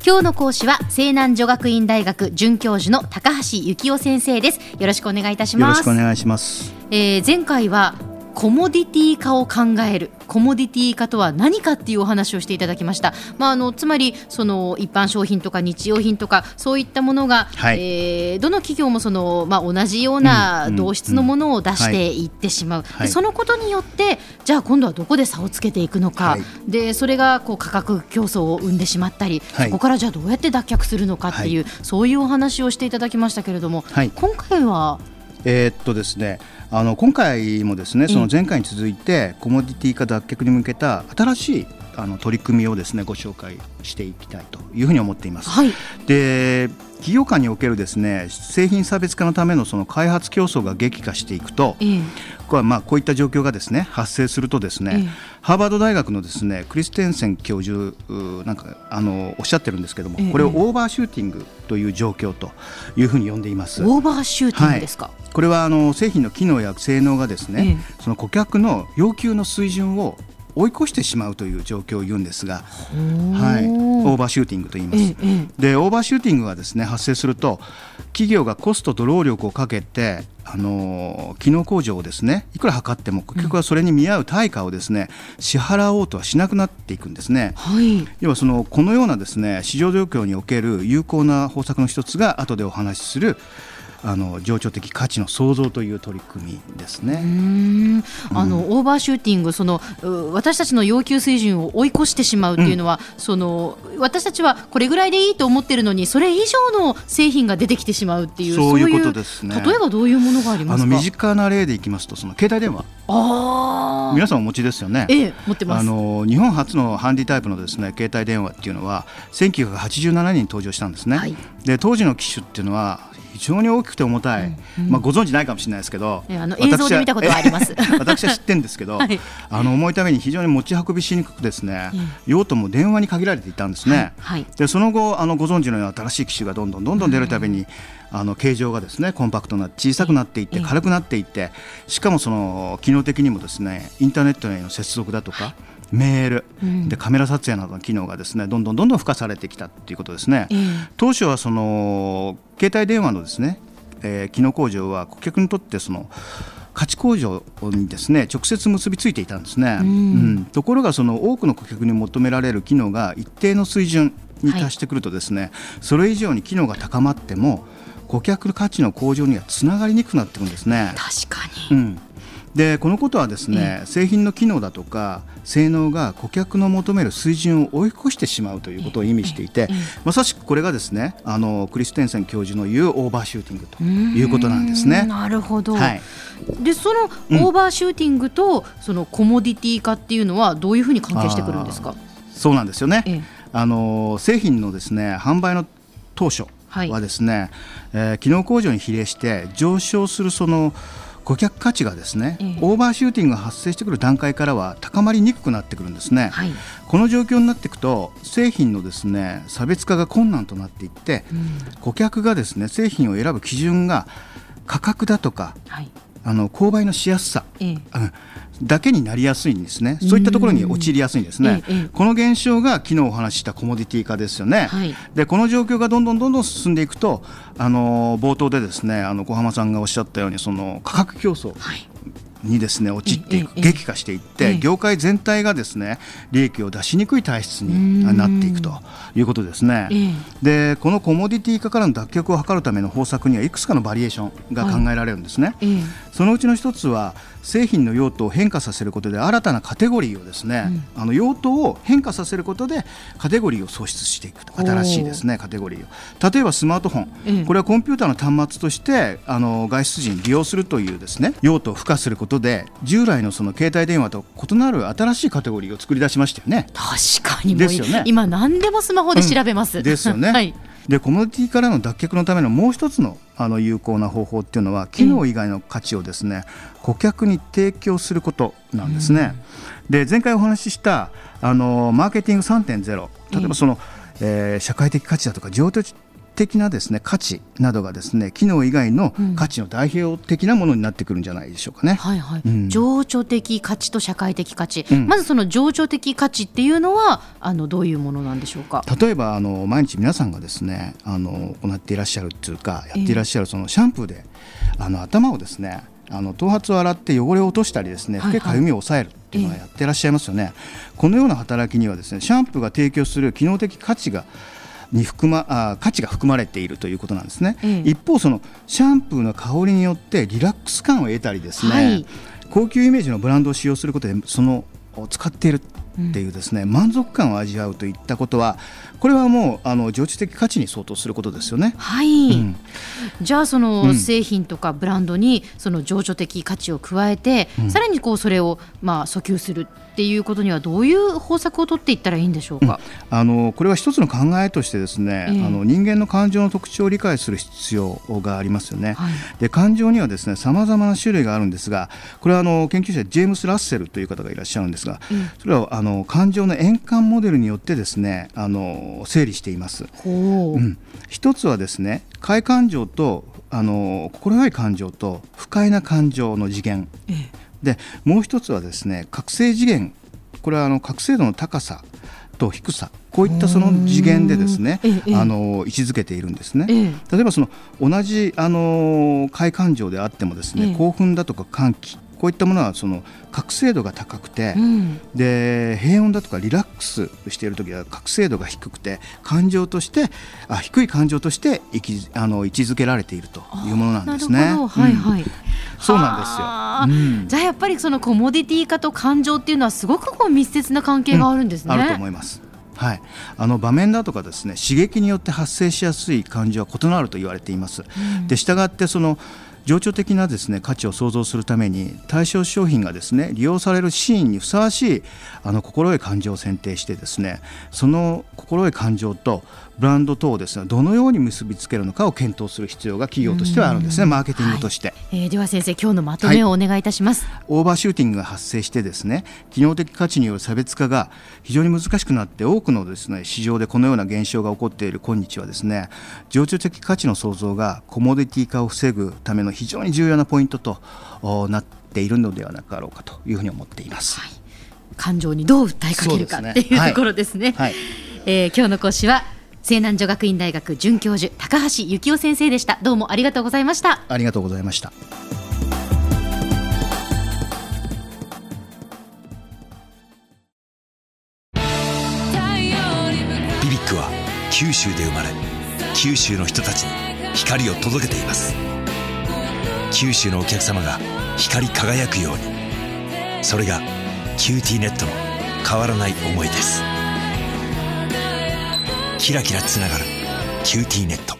今日の講師は西南女学院大学准教授の高橋幸雄先生です。よろしくお願いいたします。 よろしくお願いします。 前回はコモディティ化を考える、コモディティ化とは何かっていうお話をしていただきました。つまりその一般商品とか日用品とかそういったものが、どの企業も同じような同質のものを出していってしまう、でそのことによってじゃあ今度はどこで差をつけていくのか、でそれが価格競争を生んでしまったり、そこからじゃあどうやって脱却するのかっていう、そういうお話をしていただきましたけれども、今回はですね、今回もですね、その前回に続いてコモディティ化脱却に向けた新しい取り組みをですねご紹介していきたいというふうに思っています。で、企業間におけるですね製品差別化のためのその開発競争が激化していくと、こういった状況がですね発生するとですね、ハーバード大学のですねクリステンセン教授おっしゃってるんですけども、これをオーバーシューティングという状況というふうに呼んでいます。 オーバーシューティングですか。 これは製品の機能や性能がですね、その顧客の要求の水準を追い越してしまうという状況を言うんですが、オーバーシューティングと言います。で、オーバーシューティングがですね発生すると、企業がコストと労力をかけて機能向上をですねいくら測っても顧客はそれに見合う対価をですね支払おうとはしなくなっていくんですね。要はこのようなですね市場状況における有効な方策の一つが後でお話しする情緒的価値の創造という取り組みですね。 オーバーシューティング、私たちの要求水準を追い越してしまうっていうのは、私たちはこれぐらいでいいと思ってるのにそれ以上の製品が出てきてしまうっていう、 そういうことですね。 例えばどういうものがありますか。 身近な例でいきますと、携帯電話、皆さんお持ちですよね。 持ってます。 日本初のハンディタイプのですね携帯電話っていうのは1987年に登場したんですね。で、当時の機種っていうのは非常に大きくて重たい、ご存知ないかもしれないですけど、 映像で見たことはあります私は知ってるんですけど、重いために非常に持ち運びしにくくですね、用途も電話に限られていたんですね。で、その後ご存知のような新しい機種がどんどん出るたびに形状がですねコンパクトな小さくなっていって軽くなっていって、しかも機能的にもですねインターネットへの接続だとか、メールでカメラ撮影などの機能がですねどんどん付加されてきたということですね。当初は携帯電話のですね、機能向上は顧客にとって価値向上にですね直接結びついていたんですね。ところが多くの顧客に求められる機能が一定の水準に達してくるとですね、それ以上に機能が高まっても顧客価値の向上にはつながりにくくなってくるんですね。 確かに。 で、このことはですね、製品の機能だとか性能が顧客の求める水準を追い越してしまうということを意味していて、まさしくこれがですねクリステンセン教授の言うオーバーシューティングということなんですね。 なるほど。で、そのオーバーシューティングとそのコモディティ化っていうのはどういうふうに関係してくるんですか。 そうなんですよね。製品のですね販売の当初はですね、機能向上に比例して上昇する顧客価値がですね、オーバーシューティングが発生してくる段階からは高まりにくくなってくるんですね。この状況になっていくと製品のですね差別化が困難となっていって、顧客がですね製品を選ぶ基準が価格だとか、購買のしやすさ、だけになりやすいんですね。そういったところに陥りやすいんですね。この現象が昨日お話ししたコモディティ化ですよね。で、この状況がどんどん進んでいくと冒頭でですね小浜さんがおっしゃったように価格競争にですね陥っていく、激化していって、業界全体がですね利益を出しにくい体質になっていくということですね。で、このコモディティ化からの脱却を図るための方策にはいくつかのバリエーションが考えられるんですね。そのうちの一つは製品の用途を変化させることで新たなカテゴリーをですね、用途を変化させることでカテゴリーを創出していくと、新しいですねカテゴリーを、例えばスマートフォン、これはコンピューターの端末として外出時に利用するというですね用途を付加することで従来の携帯電話と異なる新しいカテゴリーを作り出しましたよね。 確かに。 ですよね。 今何でもスマホで調べます、 ですよね。で、コモディティからの脱却のためのもう一つの有効な方法っていうのは機能以外の価値をですね顧客に提供することなんですね。で、前回お話ししたマーケティング 3.0、 例えば社会的価値だとか情緒的なですね価値などがですね機能以外の価値の代表的なものになってくるんじゃないでしょうかね。 はいはい、情緒的価値と社会的価値、まずその情緒的価値っていうのはどういうものなんでしょうか。 例えば毎日皆さんがですね行っていらっしゃるっていうかやっていらっしゃるそのシャンプーで頭をですね頭髪を洗って汚れを落としたりですね老けかゆみを抑えるっていうのはやっていらっしゃいますよね。このような働きにはですねシャンプーが提供する機能的価値が価値が含まれているということなんですね。一方そのシャンプーの香りによってリラックス感を得たりですね、高級イメージのブランドを使用することでその使っているっていうですね、満足感を味わうといったことはこれはもう情緒的価値に相当することですよね。 はい、じゃあその製品とかブランドにその情緒的価値を加えて、さらにそれを訴求するっていうことにはどういう方策を取っていったらいいんでしょうか。 これは一つの考えとしてですね、人間の感情の特徴を理解する必要がありますよね。で感情にはですね様々な種類があるんですが、これは研究者ジェームス・ラッセルという方がいらっしゃるんですが、それは感情の円環モデルによってですね整理しています。一つはですね快感情と心よい感情と不快な感情の次元、でもう一つはですね覚醒次元、これは覚醒度の高さと低さ、こういったその次元でですね位置づけているんですね。例えばその同じ快感情であってもですね、興奮だとか歓喜、こういったものはその覚醒度が高くて、で平穏だとかリラックスしているときは覚醒度が低くて低い感情として位置づけられているというものなんですね。そうなんですよ。 じゃあやっぱりそのコモディティ化と感情っていうのはすごく密接な関係があるんですね。 あると思います。場面だとかですね刺激によって発生しやすい感情は異なると言われています。でしたがってその情緒的なですね価値を創造するために対象商品がですね利用されるシーンにふさわしい心よい感情を選定してですね、その心よい感情とブランド等をですねどのように結びつけるのかを検討する必要が企業としてはあるんですね、マーケティングとして。 では先生、今日のまとめをお願いいたします。 オーバーシューティングが発生してですね機能的価値による差別化が非常に難しくなって、多くのですね市場でこのような現象が起こっている今日はですね、情緒的価値の創造がコモディティ化を防ぐための非常に重要なポイントとなっているのではなかろうかというふうに思っています。 感情にどう訴えかけるかっていうところですね。今日の講師は西南女学院大学准教授高橋幸雄先生でした。どうもありがとうございました。 ありがとうございました。 ビビックは九州で生まれ、九州の人たちに光を届けています。九州のお客様が光り輝くように、それがキューティーネットの変わらない思いです。キラキラつながるキューティーネット。